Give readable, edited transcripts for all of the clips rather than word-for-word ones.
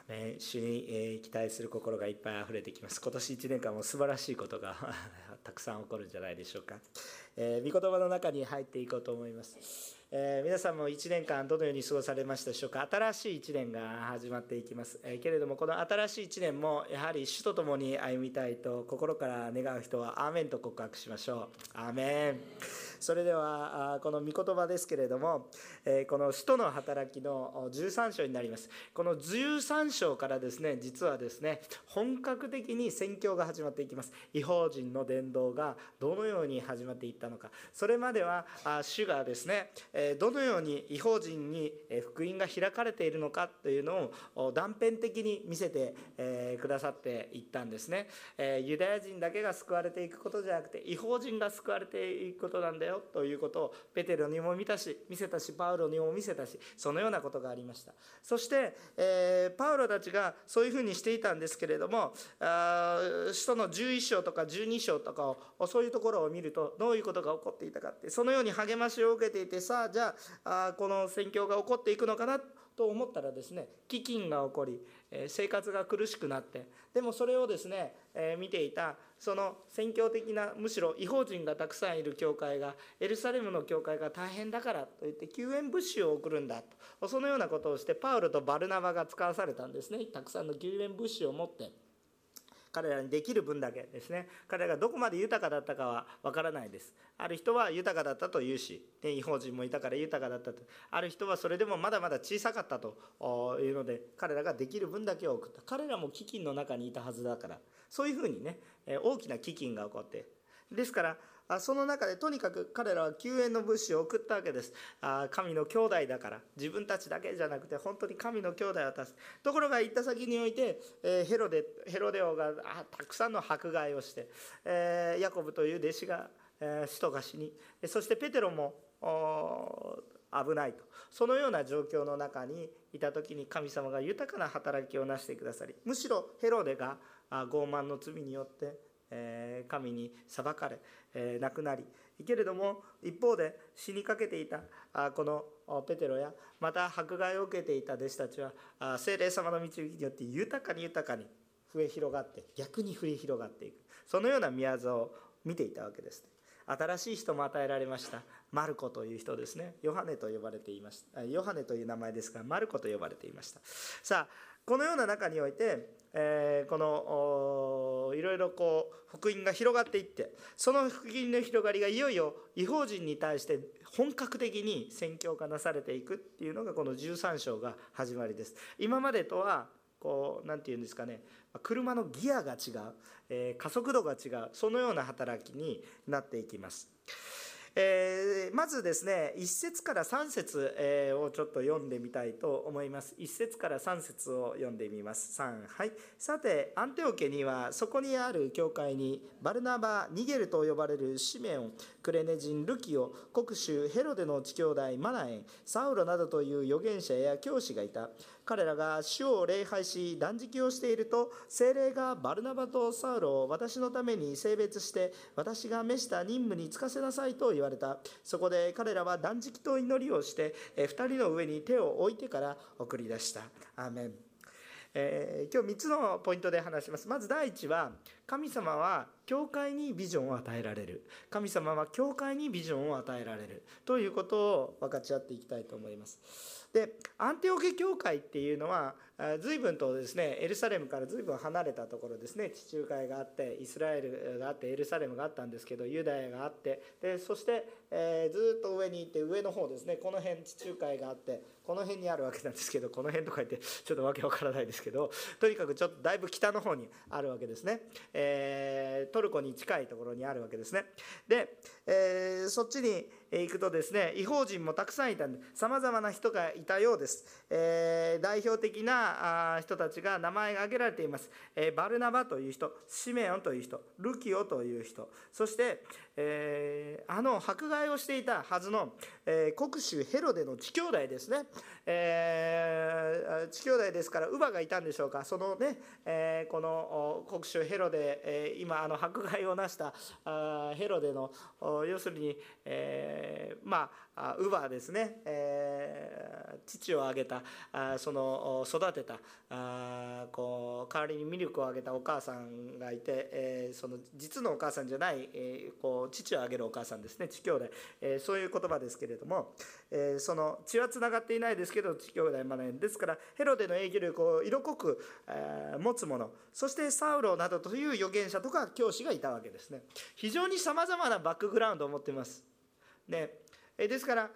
主に期待する心がいっぱいあふれてきます。今年1年間も素晴らしいことがたくさん起こるんじゃないでしょうか。御言葉の中に入っていこうと思います。皆さんも1年間どのように過ごされましたでしょうか。新しい1年が始まっていきます。けれどもこの新しい1年もやはり主と共に歩みたいと心から願う人はアーメンと告白しましょう。アーメン。それではこの御言葉ですけれども、この使徒の働きの13章になります。この13章からですね、実はですね、本格的に宣教が始まっていきます。異邦人の伝道がどのように始まっていったのか、それまでは主がですね、どのように異邦人に福音が開かれているのかというのを断片的に見せてくださっていったんですね。ユダヤ人だけが救われていくことじゃなくて、異邦人が救われていくことなんだよということをペテロにも見せたし、パウロにも見せたし、そのようなことがありました。そして、パウロたちがそういうふうにしていたんですけれども、使徒の11章とか12章とかをそういうところを見るとどういうことが起こっていたかって、そのように励ましを受けていて、さあじゃあこの宣教が起こっていくのかなと思ったらですね、飢饉が起こり、生活が苦しくなって、でもそれをですね、見ていたその宣教的な、むしろ異邦人がたくさんいる教会が、エルサレムの教会が大変だからと言って救援物資を送るんだと、そのようなことをしてパウロとバルナバが使わされたんですね。たくさんの救援物資を持って彼らにできる分だけですね。彼らがどこまで豊かだったかは分からないです。ある人は豊かだったというし、異邦人もいたから豊かだったと、ある人はそれでもまだまだ小さかったというので、彼らができる分だけを送った。彼らも飢饉の中にいたはずだから、そういうふうにね、大きな飢饉が起こって、ですからその中でとにかく彼らは救援の物資を送ったわけです。神の兄弟だから、自分たちだけじゃなくて本当に神の兄弟を渡す。ところが行った先においてヘロデ王がたくさんの迫害をして、ヤコブという弟子が使徒が死に、そしてペテロも危ないと、そのような状況の中にいた時に神様が豊かな働きをなしてくださり、むしろヘロデが傲慢の罪によって神に裁かれ亡くなり、けれども一方で死にかけていたこのペテロや、また迫害を受けていた弟子たちは聖霊様の導きによって豊かに増え広がって、逆に増え広がっていく、そのような御業を見ていたわけです。新しい人も与えられました。マルコという人ですね。ヨハネと呼ばれていました。ヨハネという名前ですが、マルコと呼ばれていました。さあこのような中において、このいろいろ福音が広がっていって、その福音の広がりがいよいよ異邦人に対して本格的に宣教化なされていくっていうのがこの13章が始まりです。今までとはなんていうんですかね、車のギアが違う、加速度が違う、そのような働きになっていきます。まずですね、1節から3節をちょっと読んでみたいと思います。1節から3節を読んでみます。3、はい。さてアンテオケにはそこにある教会にバルナバ、ニゲルと呼ばれるシメオン、クレネ人ルキオ、国主ヘロデの父兄弟マナエン、サウロなどという預言者や教師がいた。彼らが主を礼拝し断食をしていると、聖霊がバルナバとサウロを私のために性別して、私が召した任務に就かせなさいと言われた。そこで彼らは断食と祈りをして、2人の上に手を置いてから送り出した。アーメン。今日3つのポイントで話します。まず第一は、神様は教会にビジョンを与えられる。神様は教会にビジョンを与えられるということを分かち合っていきたいと思います。でアンテオケ教会っていうのは随分とですね、エルサレムから随分離れたところですね。地中海があって、イスラエルがあって、エルサレムがあったんですけど、ユダヤがあって、でそして、ずっと上に行って、上の方ですね、この辺地中海があって、この辺にあるわけなんですけど、この辺とか言ってちょっとわけわからないですけど、とにかくちょっとだいぶ北の方にあるわけですね。トルコに近いところにあるわけですね。で、そっちに行くとですね、異邦人もたくさんいたんで、さまざまな人がいたようです。代表的な人たちが名前が挙げられています。バルナバという人、シメオンという人、ルキオという人、そして、迫害をしていたはずの、国主ヘロデの父兄弟ですね。父兄弟ですから乳母がいたんでしょうか。そのね、この国主ヘロデ、今迫害をなしたヘロデの要するに、 乳母ですね、父をあげた、その育てた、代わりにミルクをあげたお母さんがいて、その実のお母さんじゃない、父をあげるお母さんですね、父兄弟、そういう言葉ですけれども、その血はつながっていないですけど父兄弟マネですから、ヘロデの影響力を色濃く、持つ者、そしてサウロなどという預言者とか教師がいたわけですね。非常にさまざまなバックグラウンドを持っています。ですから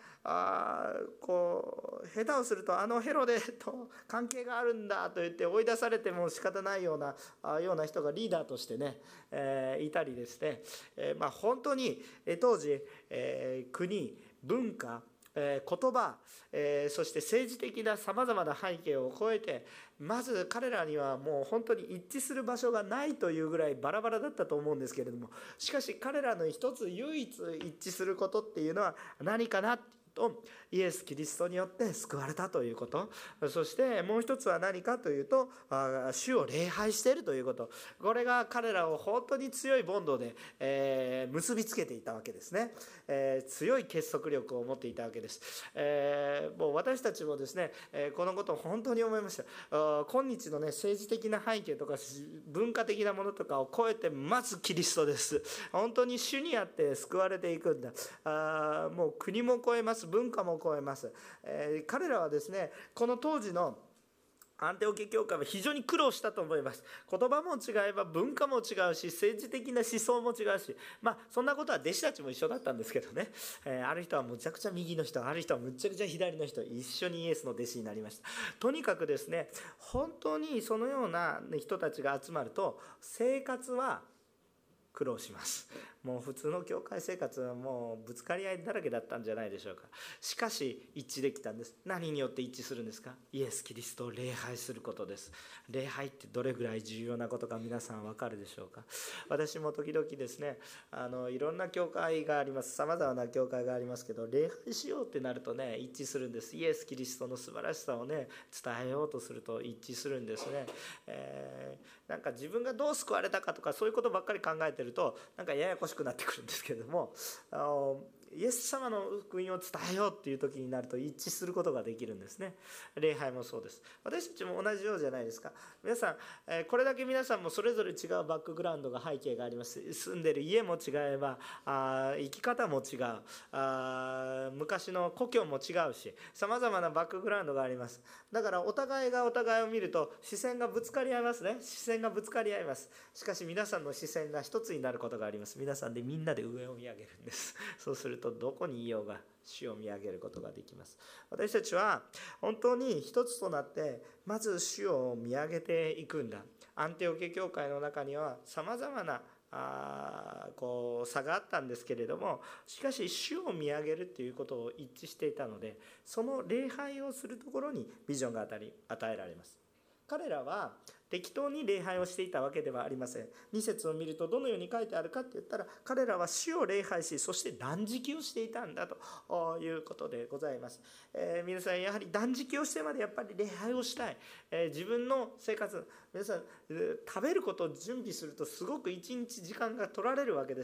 下手をするとヘロデと関係があるんだと言って追い出されても仕方ないような人がリーダーとしてね、いたりですね、本当に当時、国文化言葉、そして政治的なさまざまな背景を超えて、まず彼らにはもう本当に一致する場所がないというぐらいバラバラだったと思うんですけれども、しかし彼らの一つ唯一一致することっていうのは何かなと、イエス・キリストによって救われたということ、そしてもう一つは何かというと、主を礼拝しているということ、これが彼らを本当に強いボンドで、結びつけていたわけですね。強い結束力を持っていたわけです。もう私たちもですね、このことを本当に思いました。今日のね、政治的な背景とか文化的なものとかを超えて、まずキリストです。本当に主にあって救われていくんだ。もう国も超えます、文化も超えます。彼らはですね、この当時のアンテオケ教会は非常に苦労したと思います。言葉も違えば文化も違うし、政治的な思想も違うし、そんなことは弟子たちも一緒だったんですけどね、ある人はむちゃくちゃ右の人、ある人はむちゃくちゃ左の人、一緒にイエスの弟子になりました。とにかくですね、本当にそのような人たちが集まると生活は苦労します。もう普通の教会生活はもうぶつかり合いだらけだったんじゃないでしょうか。しかし一致できたんです。何によって一致するんですか？イエス・キリストを礼拝することです。礼拝ってどれぐらい重要なことか皆さん分かるでしょうか？私も時々ですね、いろんな教会があります。さまざまな教会がありますけど、礼拝しようってなるとね、一致するんです。イエス・キリストの素晴らしさをね、伝えようとすると一致するんですね。なんか自分がどう救われたかとかそういうことばっかり考えてるとなんかややこしくなってくるんですけれども、イエス様の福音を伝えようっていう時になると一致することができるんですね。礼拝もそうです。私たちも同じようじゃないですか。皆さん、これだけ皆さんもそれぞれ違うバックグラウンドが背景があります。住んでる家も違えば生き方も違う、昔の故郷も違うし、さまざまなバックグラウンドがあります。だからお互いがお互いを見ると視線がぶつかり合いますね。視線がぶつかり合います。しかし皆さんの視線が一つになることがあります。皆さんでみんなで上を見上げるんです。そうするとどこにいようが主を見上げることができます。私たちは本当に一つとなってまず主を見上げていくんだ。アンテオケ教会の中にはさまざまな差があったんですけれども、しかし主を見上げるということを一致していたので、その礼拝をするところにビジョンが与えられます。彼らは適当に礼拝をしていたわけではありません。2節を見るとどのように書いてあるかって言ったら、彼らは主を礼拝し、そして断食をしていたんだということでございます。皆さんやはり断食をしてまでやっぱり礼拝をしたい、自分の生活、皆さん食べることを準備するとすごく一日時間が取られるわけです。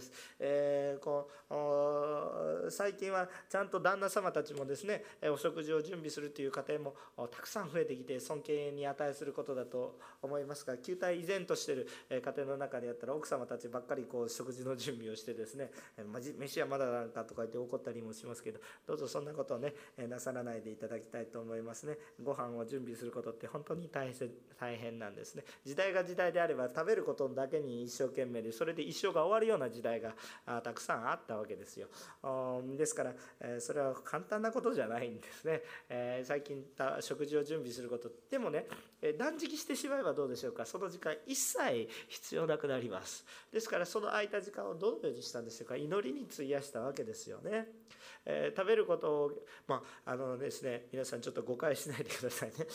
最近はちゃんと旦那様たちもですね、お食事を準備するという家庭もたくさん増えてきて尊敬に値することだと思いますが、旧態依然としている家庭の中でやったら奥様たちばっかり食事の準備をしてですね、飯はまだなんかとか言って怒ったりもしますけど、どうぞそんなことをねなさらないでいただきたいと思いますね。ご飯を準備することって本当に大変なんですね。時代が時代であれば食べることだけに一生懸命で、それで一生が終わるような時代がたくさんあったわけですよ。ですから、それは簡単なことじゃないんですね。最近食事を準備することでもね、断食してしまえばどうでしょうか。その時間一切必要なくなります。ですからその空いた時間をどのようにしたんでしょうか。祈りに費やしたわけですよね。食べることをですね、皆さんちょっと誤解しないでくださいね。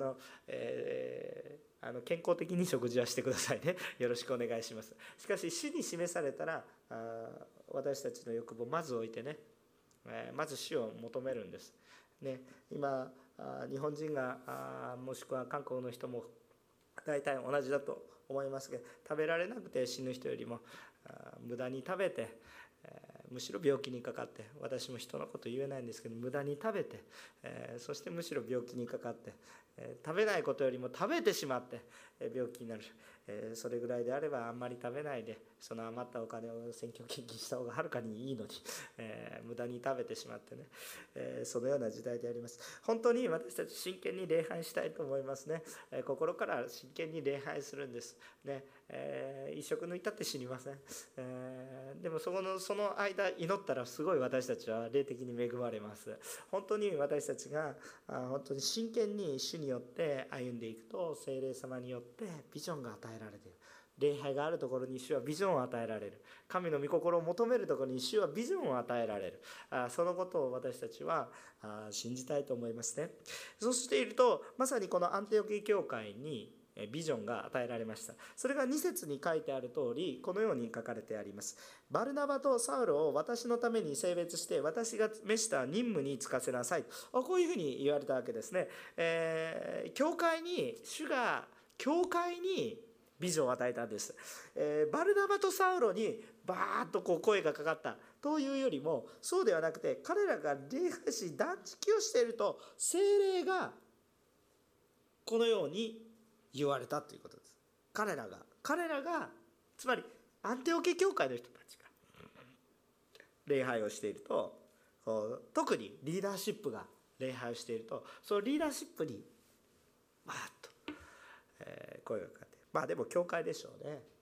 健康的に食事はしてくださいね。よろしくお願いします。しかし主に示されたら私たちの欲望をまず置いてね、まず主を求めるんですね。今日本人がもしくは韓国の人も大体同じだと思いますけど、食べられなくて死ぬ人よりも無駄に食べてむしろ病気にかかって、私も人のこと言えないんですけど無駄に食べて、そしてむしろ病気にかかって、食べないことよりも食べてしまって病気になる。それぐらいであればあんまり食べないで、その余ったお金を選挙献金した方がはるかにいいのに、無駄に食べてしまってね、そのような時代であります。本当に私たち真剣に礼拝したいと思いますね。心から真剣に礼拝するんですね。一食抜いたって死にません。でもその間祈ったらすごい私たちは霊的に恵まれます。本当に私たちが本当に真剣に主によって歩んでいくと、聖霊様によってビジョンが与えられている。礼拝があるところに主はビジョンを与えられる。神の御心を求めるところに主はビジョンを与えられる。そのことを私たちは信じたいと思いますね。そうしていると、まさにこのアンテオキ教会にビジョンが与えられました。それが2節に書いてある通り、このように書かれてあります。バルナバとサウロを私のために性別して、私が召した任務に就かせなさい。こういうふうに言われたわけですね。主が教会にビジョンを与えたんです。バルナバとサウロにバーッと声がかかったというよりも、そうではなくて、彼らが礼拝し断食をしていると、聖霊がこのように言われたということです。彼らがつまりアンテオケ教会の人たちが礼拝をしていると、特にリーダーシップが礼拝をしていると、そのリーダーシップにバーッと声がかかって、でも教会でしょうね。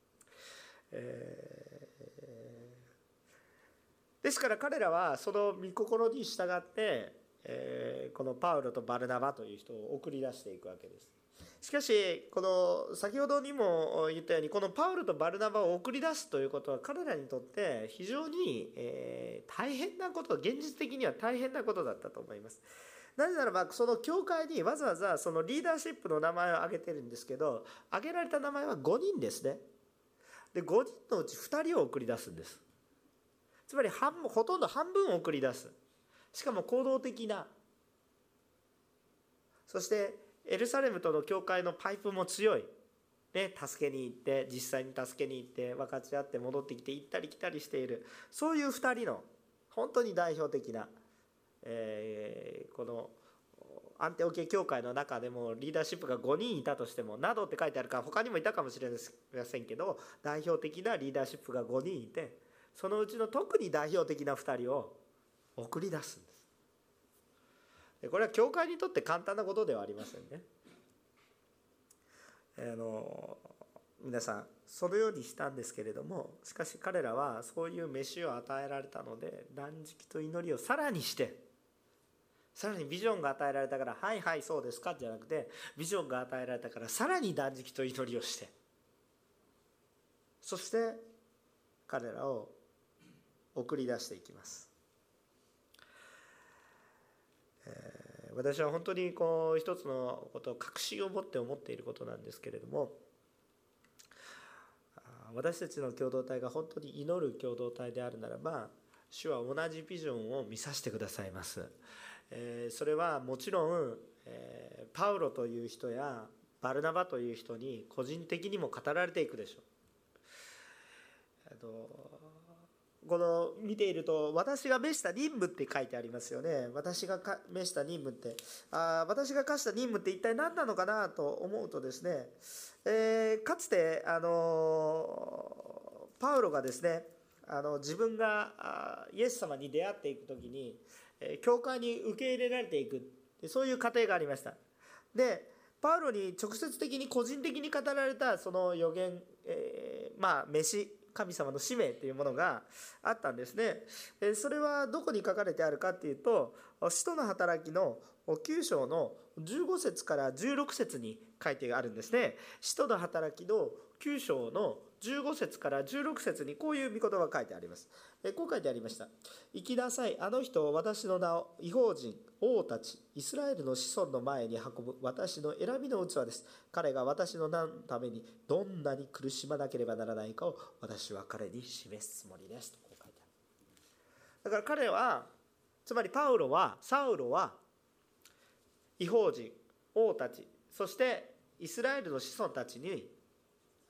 ですから彼らはその御心に従って、このパウロとバルナバという人を送り出していくわけです。しかしこの先ほどにも言ったように、このパウロとバルナバを送り出すということは彼らにとって非常に大変なこと、現実的には大変なことだったと思います。なぜならば、その教会にわざわざそのリーダーシップの名前を挙げてるんですけど、挙げられた名前は5人ですね。で5人のうち2人を送り出すんです。つまりほとんど半分を送り出す。しかも行動的な、そしてエルサレムとの教会のパイプも強い、助けに行って、実際に助けに行って分かち合って戻ってきて行ったり来たりしている、そういう2人の本当に代表的な、このアンテオケ教会の中でもリーダーシップが5人いたとしても、などって書いてあるから他にもいたかもしれませんけど、代表的なリーダーシップが5人いて、そのうちの特に代表的な2人を送り出すんです。これは教会にとって簡単なことではありませんね。皆さんそのようにしたんですけれども、しかし彼らはそういう飯を与えられたので、断食と祈りをさらにして、さらにビジョンが与えられたからはいはいそうですかじゃなくて、ビジョンが与えられたからさらに断食と祈りをして、そして彼らを送り出していきます。私は本当に一つのことを確信を持って思っていることなんですけれども、私たちの共同体が本当に祈る共同体であるならば、主は同じビジョンを見させてくださいます。それはもちろんパウロという人やバルナバという人に個人的にも語られていくでしょう。この見ていると、私が召した任務って書いてありますよね。私が召した任務って、私が課した任務って一体何なのかなと思うとですね、かつてパウロがですね、自分がイエス様に出会っていくときに、教会に受け入れられていく、そういう過程がありました。でパウロに直接的に個人的に語られたその預言、神様の使命というものがあったんですね。それはどこに書かれてあるかというと、使徒の働きの9章の15節から16節に書いてあるんですね。使徒の働きの9章の15節から16節にこういう御言葉が書いてあります。こう書いてありました。行きなさい、あの人を私の名を異邦人、王たち、イスラエルの子孫の前に運ぶ私の選びの器です。彼が私の名のためにどんなに苦しまなければならないかを私は彼に示すつもりですとこう書いてある。だから彼は、つまりサウロは異邦人、王たち、そしてイスラエルの子孫たちに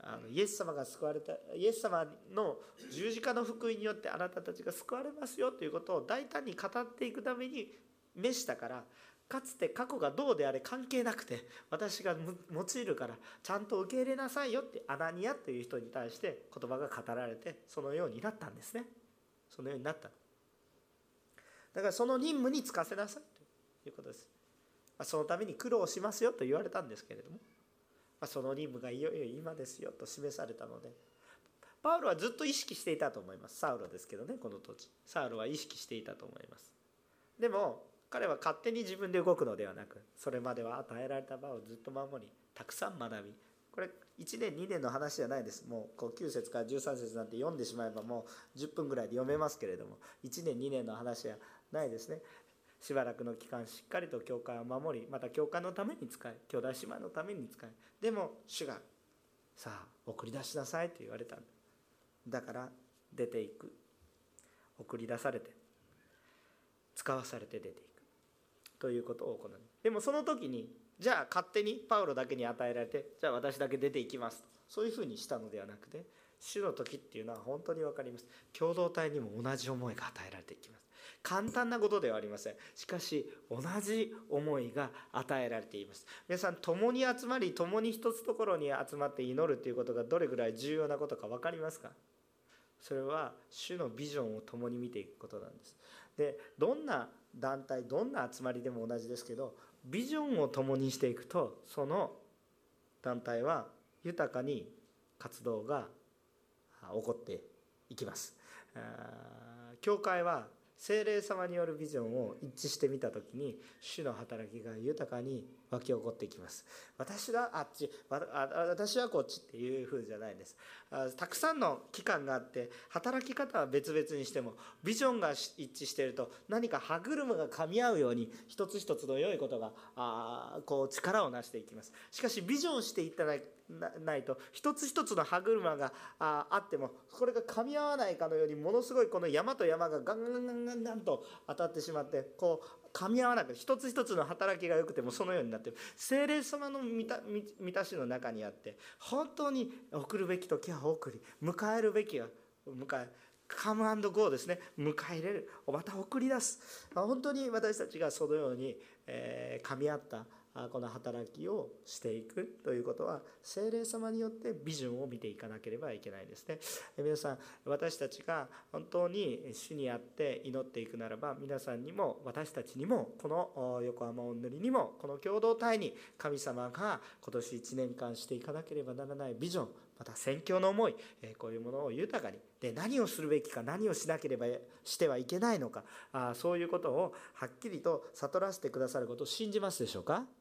イエス様が救われた、イエス様の十字架の福音によってあなたたちが救われますよということを大胆に語っていくために召したから、かつて過去がどうであれ関係なくて、私が用いるからちゃんと受け入れなさいよって、アナニアという人に対して言葉が語られて、そのようになったんですね。そのようになった。だからその任務に就かせなさいということです。そのために苦労しますよと言われたんですけれども、その任務がいよいよ今ですよと示されたので、パウロはずっと意識していたと思います。サウロですけどね、この当時サウロは意識していたと思います。でも彼は勝手に自分で動くのではなく、それまでは与えられた場をずっと守り、たくさん学び、これ1年2年の話じゃないです。もう9節から13節なんて読んでしまえばもう10分ぐらいで読めますけれども、1年2年の話はないですね。しばらくの期間しっかりと教会を守り、また教会のために使い、兄弟姉妹のために使い、でも主がさあ送り出しなさいと言われたんだから出ていく、送り出されて使わされて出ていくということを行う。でもその時にじゃあ勝手にパウロだけに与えられて、じゃあ私だけ出ていきますと、そういうふうにしたのではなくて、主の時っていうのは本当に分かります。共同体にも同じ思いが与えられていきます。簡単なことではありません。しかし同じ思いが与えられています。皆さん、共に集まり共に一つところに集まって祈るということがどれぐらい重要なことか分かりますか？それは主のビジョンを共に見ていくことなんです。で、どんな団体、どんな集まりでも同じですけど、ビジョンを共にしていくと、その団体は豊かに活動が起こっていきます。教会は聖霊様によるビジョンを一致してみたときに、主の働きが豊かに湧き起こっていきます。私はあっち、私はこっちっていう風じゃないです。たくさんの機関があって、働き方は別々にしても、ビジョンが一致していると、何か歯車が噛み合うように、一つ一つの良いことがこう力をなしていきます。しかしビジョンしていったないと、一つ一つの歯車があっても、これが噛み合わないかのように、ものすごいこの山と山がガンガンガンガンガンガンと当たってしまって、こう噛み合わなく、一つ一つの働きが良くてもそのようになっている。聖霊様の満たしの中にあって、本当に送るべき時は送り、迎えるべきは迎え、カムアンドゴーですね、迎え入れる、また送り出す。本当に私たちがそのように噛み合ったこの働きをしていくということは、聖霊様によってビジョンを見ていかなければいけないですね。皆さん、私たちが本当に主にあって祈っていくならば、皆さんにも私たちにも、この横浜おんぬりにも、この共同体に神様が今年1年間していかなければならないビジョン、また宣教の思い、こういうものを豊かに、で何をするべきか、何をしなければしてはいけないのか、そういうことをはっきりと悟らせてくださることを信じますでしょうか？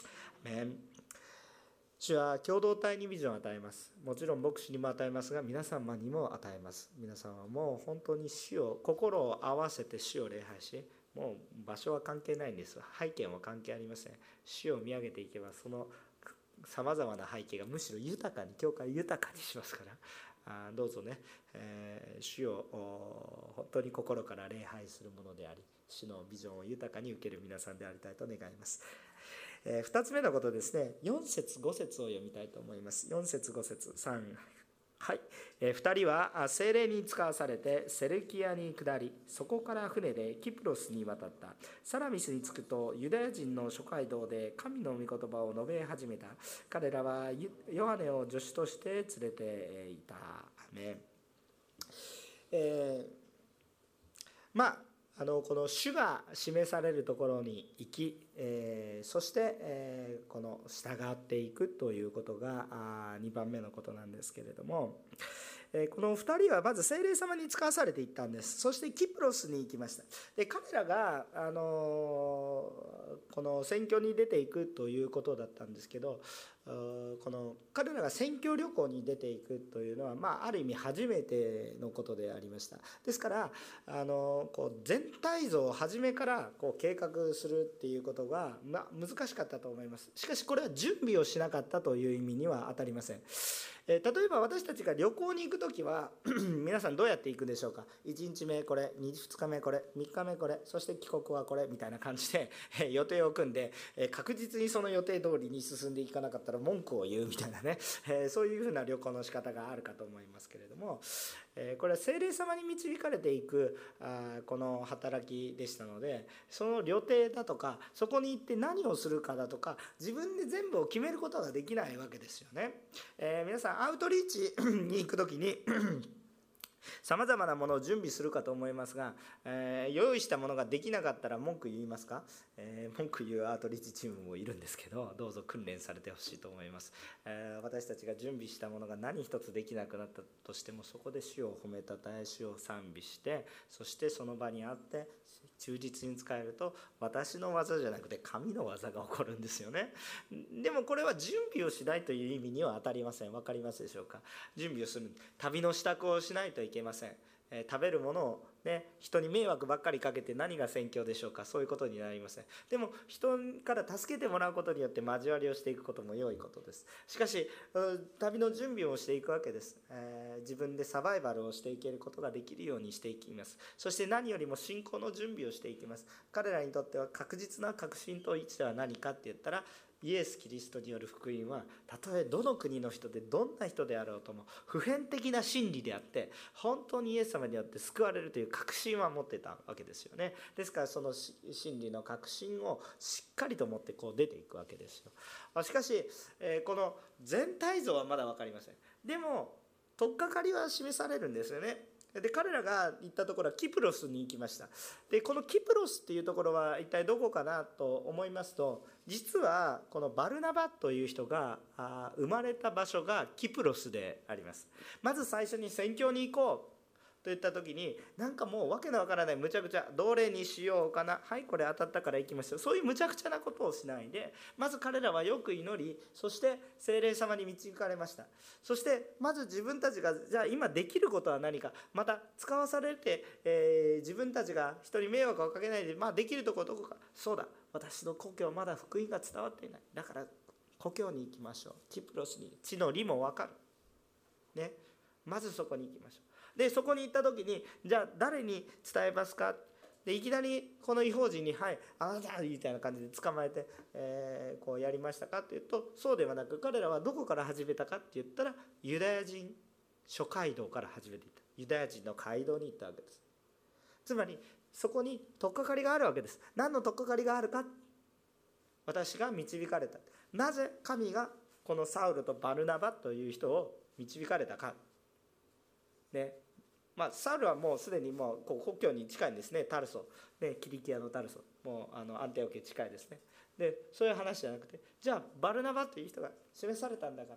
主は共同体にビジョンを与えます。もちろん牧師にも与えますが、皆様にも与えます。皆さんはもう本当に主を、心を合わせて主を礼拝し、もう場所は関係ないんです。背景も関係ありません。主を見上げていけば、そのさまざまな背景がむしろ豊かに、教会を豊かにしますから、どうぞね、主を本当に心から礼拝するものであり、主のビジョンを豊かに受ける皆さんでありたいと願います。2つ目のことですね、4節5節を読みたいと思います。4節5節3、はい。2人は聖霊に使わされてセルキアに下り、そこから船でキプロスに渡った。サラミスに着くと、ユダヤ人の諸街道で神の御言葉を述べ始めた。彼らはヨハネを助手として連れていた。この主が示されるところに行き、そして、この従っていくということが2番目のことなんですけれども、この2人はまず聖霊様に使わされていったんです。そしてキプロスに行きました。で、彼らが、この宣教に出ていくということだったんですけど、この彼らが宣教旅行に出ていくというのは、ある意味初めてのことでありました。ですからこう全体像を初めからこう計画するっていうことが、難しかったと思います。しかしこれは準備をしなかったという意味には当たりません。例えば私たちが旅行に行くときは皆さんどうやって行くでしょうか。1日目これ、2日目これ、3日目これ、そして帰国はこれみたいな感じで予定を組んで、確実にその予定通りに進んでいかなかったら文句を言うみたいなね、そういうふうな旅行の仕方があるかと思いますけれども、これは聖霊様に導かれていくこの働きでしたので、その旅程だとかそこに行って何をするかだとか自分で全部を決めることができないわけですよね。皆さんアウトリーチに行く時にさまざまなものを準備するかと思いますが、用意したものができなかったら文句言いますか？文句言うアートリーチチームもいるんですけど、どうぞ訓練されてほしいと思います。私たちが準備したものが何一つできなくなったとしても、そこで主を褒めたたえ、主を賛美して、そしてその場にあって忠実に使えると、私の技じゃなくて神の技が起こるんですよね。でもこれは準備をしないという意味には当たりません。分かりますでしょうか？準備をする、旅の支度をしないといけません。食べるものをね、人に迷惑ばっかりかけて何が宣教でしょうか？そういうことになりません。でも人から助けてもらうことによって交わりをしていくことも良いことです。しかし旅の準備をしていくわけです。自分でサバイバルをしていけることができるようにしていきます。そして何よりも信仰の準備をしていきます。彼らにとっては確実な確信と位置は何かって言ったら、イエス・キリストによる福音はたとえどの国の人でどんな人であろうとも普遍的な真理であって、本当にイエス様によって救われるという確信は持ってたわけですよね。ですからその真理の確信をしっかりと持ってこう出ていくわけですよ。しかしこの全体像はまだ分かりません。でも取っかかりは示されるんですよね。で彼らが行ったところはキプロスに行きました。でこのキプロスっていうところは一体どこかなと思いますと、実はこのバルナバという人が生まれた場所がキプロスであります。まず最初に宣教に行こうといった時に、なんかもうわけのわからないむちゃくちゃどれにしようかな、はいこれ当たったから行きましょう、そういうむちゃくちゃなことをしないで、まず彼らはよく祈り、そして聖霊様に導かれました。そしてまず自分たちがじゃあ今できることは何か、また使わされて、自分たちが人に迷惑をかけないで、できるところどこか、そうだ私の故郷まだ福音が伝わっていない、だから故郷に行きましょう。キプロスに地の利も分かるね、まずそこに行きましょう。でそこに行った時に、じゃあ誰に伝えますか。でいきなりこの異邦人に「はいあなた」みたいな感じで捕まえて、こうやりましたかっていうと、そうではなく、彼らはどこから始めたかって言ったら、ユダヤ人諸街道から始めていった。ユダヤ人の街道に行ったわけです。つまりそこに取っかかりがあるわけです。何の取っかかりがあるか。私が導かれた。なぜ神がこのサウルとバルナバという人を導かれたかね。サウルはもうすでにもう故郷に近いんですね。タルソ、ね、キリキアのタルソ、もうアンテオケ近いですね。でそういう話じゃなくて、じゃあバルナバという人が示されたんだから、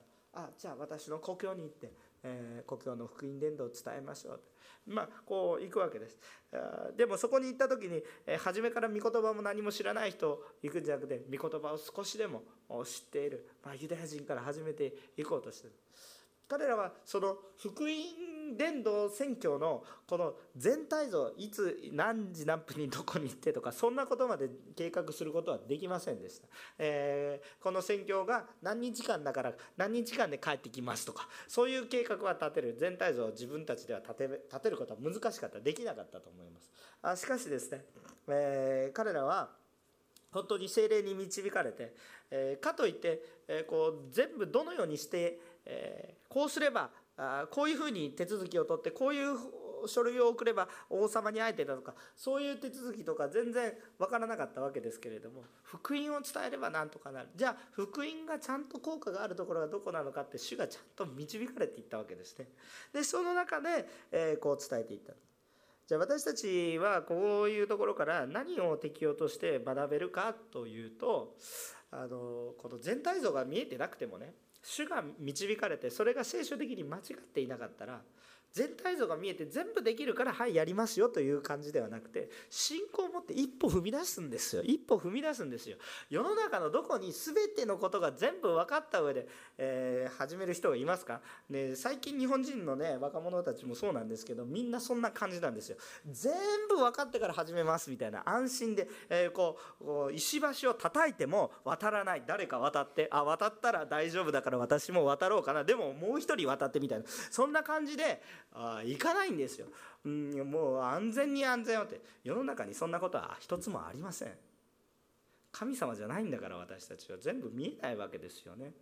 じゃあ私の故郷に行って、故郷の福音伝道を伝えましょうと、こう行くわけです。でもそこに行った時に、初めから御言葉も何も知らない人行くんじゃなくて、御言葉を少しでも知っている、ユダヤ人から始めていこうとしている。彼らはその福音伝道宣教のこの全体像、いつ何時何分にどこに行ってとか、そんなことまで計画することはできませんでした。この宣教が何日間だから何日間で帰ってきますとか、そういう計画は立てる、全体像を自分たちでは立てることは難しかった、できなかったと思います。しかしですね、彼らは本当に聖霊に導かれて、かといって全部どのようにしてこうすればこういうふうに手続きを取って、こういう書類を送れば王様に会えてたとか、そういう手続きとか全然分からなかったわけですけれども、福音を伝えればなんとかなる。じゃあ福音がちゃんと効果があるところがどこなのかって、主がちゃんと導かれていったわけですね。でその中で、こう伝えていった。じゃあ私たちはこういうところから何を適用として学べるかというと、この全体像が見えてなくてもね、主が導かれて、それが聖書的に間違っていなかったら、全体像が見えて全部できるからはいやりますよという感じではなくて、信仰を持って一歩踏み出すんですよ。一歩踏み出すんですよ。世の中のどこに全てのことが全部分かった上で、始める人がいますか、ね、最近日本人のね若者たちもそうなんですけど、みんなそんな感じなんですよ。全部分かってから始めますみたいな、安心で、こう石橋を叩いても渡らない、誰か渡って、渡ったら大丈夫だから私も渡ろうかな、でももう一人渡ってみたいな、そんな感じで行かないんですよ。もう安全に安全をって、世の中にそんなことは一つもありません。神様じゃないんだから、私たちは全部見えないわけですよね。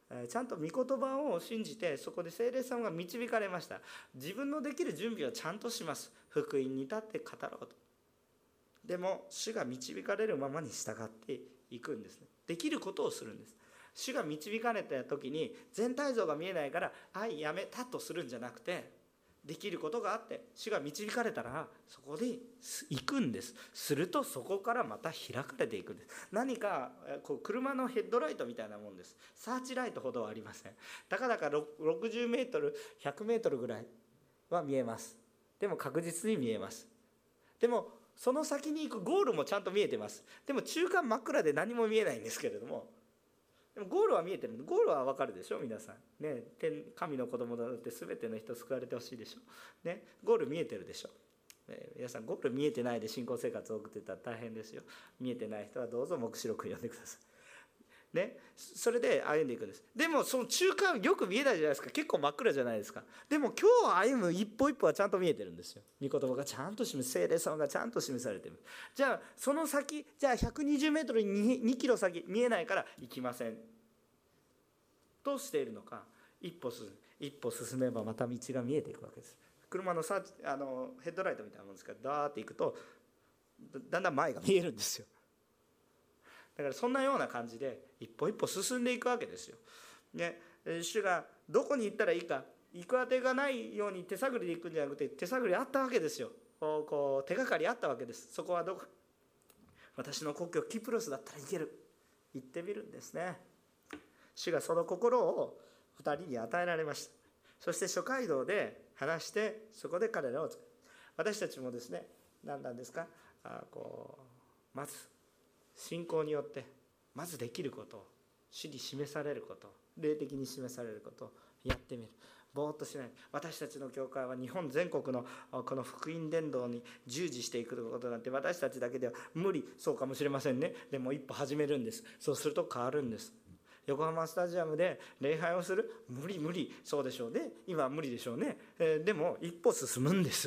ちゃんと御言葉を信じて、そこで聖霊様が導かれました。自分のできる準備をちゃんとします。福音に立って語ろうと。でも主が導かれるままに従っていくんですね。できることをするんです。主が導かれた時に全体像が見えないからやめたとするんじゃなくて、できることがあって主が導かれたらそこで行くんです。するとそこからまた開かれていくんです。何かこう車のヘッドライトみたいなもんです。サーチライトほどはありません。たかだか60メートル100メートルぐらいは見えます。でも確実に見えます。でもその先に行くゴールもちゃんと見えてます。でも中間真っ暗で何も見えないんですけれども、でもゴールは見えてる。ゴールは分かるでしょ皆さんね。神の子供だって全ての人救われてほしいでしょね。ゴール見えてるでしょ、皆さんゴール見えてないで信仰生活を送ってたら大変ですよ。見えてない人はどうぞ黙示録を読んでくださいね。それで歩んでいくんです。でもその中間よく見えないじゃないですか。結構真っ暗じゃないですか。でも今日歩む一歩一歩はちゃんと見えてるんですよ。御言葉がちゃんと示す、聖霊様がちゃんと示されている。じゃあその先、じゃあ120メートルに2キロ先見えないから行きませんとしているのか、一歩進めばまた道が見えていくわけです。車のヘッドライトみたいなものですからダーっていくとだんだん前が見えるんですよ。だからそんなような感じで一歩一歩進んでいくわけですよ。ね、主がどこに行ったらいいか、行く当てがないように手探りで行くんじゃなくて、手探りあったわけですよ。こう手がかりあったわけです。そこはどこ、私の故郷キプロスだったら行ける、行ってみるんですね。主がその心を2人に与えられました。そして諸街道で話して、そこで彼らを使う。私たちもですね、何なんですか、まず信仰によってまずできることを、主に示されることを、霊的に示されることをやってみる。ぼーっとしない。私たちの教会は日本全国のこの福音伝道に従事していくことなんて私たちだけでは無理、そうかもしれませんね。でも一歩始めるんです。そうすると変わるんです。横浜スタジアムで礼拝をする、無理、そうでしょうね、今は無理でしょうね、でも一歩進むんです。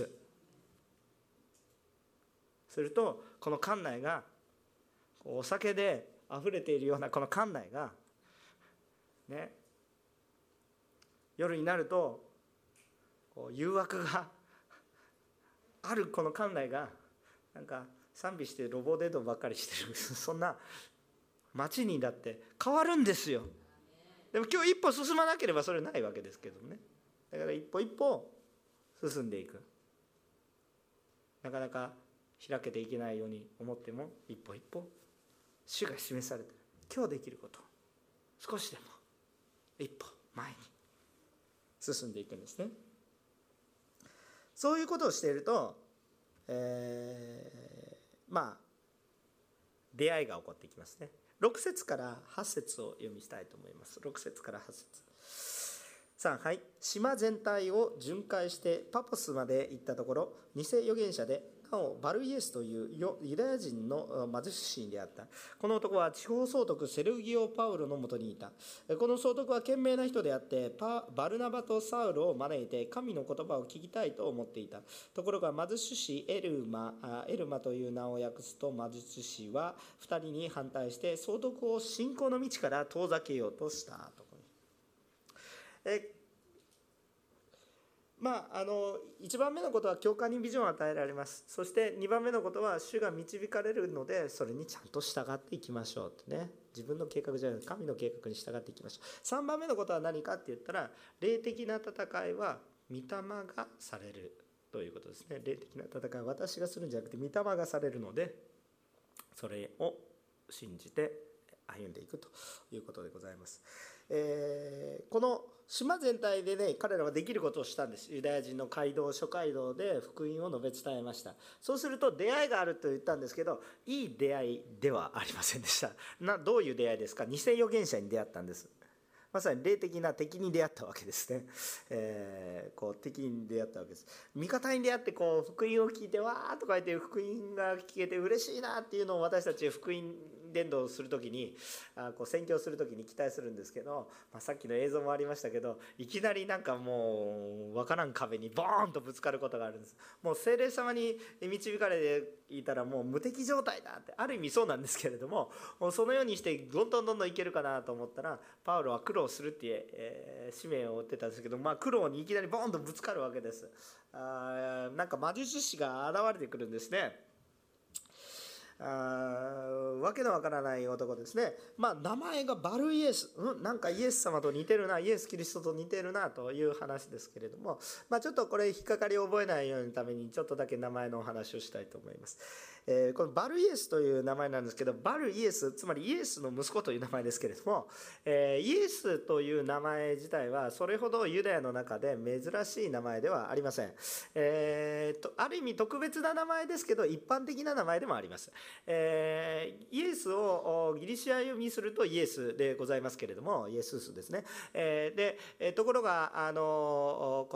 するとこの館内がお酒であふれているようなこの館内がね、夜になると誘惑があるこの館内がなんか賛美してロボデートばっかりしてるそんな街にだって変わるんですよ。でも今日一歩進まなければそれないわけですけどね。だから一歩一歩進んでいく。なかなか開けていけないように思っても、一歩一歩主が示されている。今日できること、少しでも一歩前に進んでいくんですね。そういうことをしていると、出会いが起こってきますね。6節から8節を読みしたいと思います。6節から8節。はい。島全体を巡回してパポスまで行ったところ、偽預言者でなおバルイエスというユダヤ人の貧しいであった。この男は地方総督セルギオ・パウロのもとにいた。この総督は賢明な人であって、バルナバとサウルを招いて神の言葉を聞きたいと思っていた。ところが貧しいエルマという名を訳すと貧しいは2人に反対して総督を信仰の道から遠ざけようとしたところに。1番目のことは教会にビジョンを与えられます。そして2番目のことは主が導かれるのでそれにちゃんと従っていきましょうってね。自分の計画じゃなくて神の計画に従っていきましょう。3番目のことは何かって言ったら、霊的な戦いは御霊がされるということですね。霊的な戦いは私がするんじゃなくて御霊がされるので、それを信じて歩んでいくということでございます。この島全体でね、彼らはできることをしたんです。ユダヤ人の街道、諸街道で福音を述べ伝えました。そうすると出会いがあると言ったんですけど、いい出会いではありませんでした。どういう出会いですか。偽預言者に出会ったんです。まさに霊的な敵に出会ったわけですね。敵に出会ったわけです。味方に出会って福音を聞いてわーっと書いて福音が聞けて嬉しいなっていうのを私たち福音伝道するときにこう宣教するときに期待するんですけど、さっきの映像もありましたけど、いきなりなんかもう分からん壁にボーンとぶつかることがあるんです。もう聖霊様に導かれていたらもう無敵状態だって、ある意味そうなんですけれども、もうそのようにしてどんどんいけるかなと思ったら、パウロは苦労するっていう、使命を負ってたんですけど、苦労にいきなりボーンとぶつかるわけです。なんか魔術師が現れてくるんですね。わけのわからない男ですね。名前がバルイエス、なんかイエス様と似てるな、イエス・キリストと似てるなという話ですけれども、ちょっとこれ引っかかりを覚えないようにためにちょっとだけ名前のお話をしたいと思います。このバルイエスという名前なんですけど、バルイエス、つまりイエスの息子という名前ですけれども、イエスという名前自体はそれほどユダヤの中で珍しい名前ではありません。ある意味特別な名前ですけど、一般的な名前でもあります。イエスをギリシア読みするとイエスでございますけれども、イエススですね。ところがこ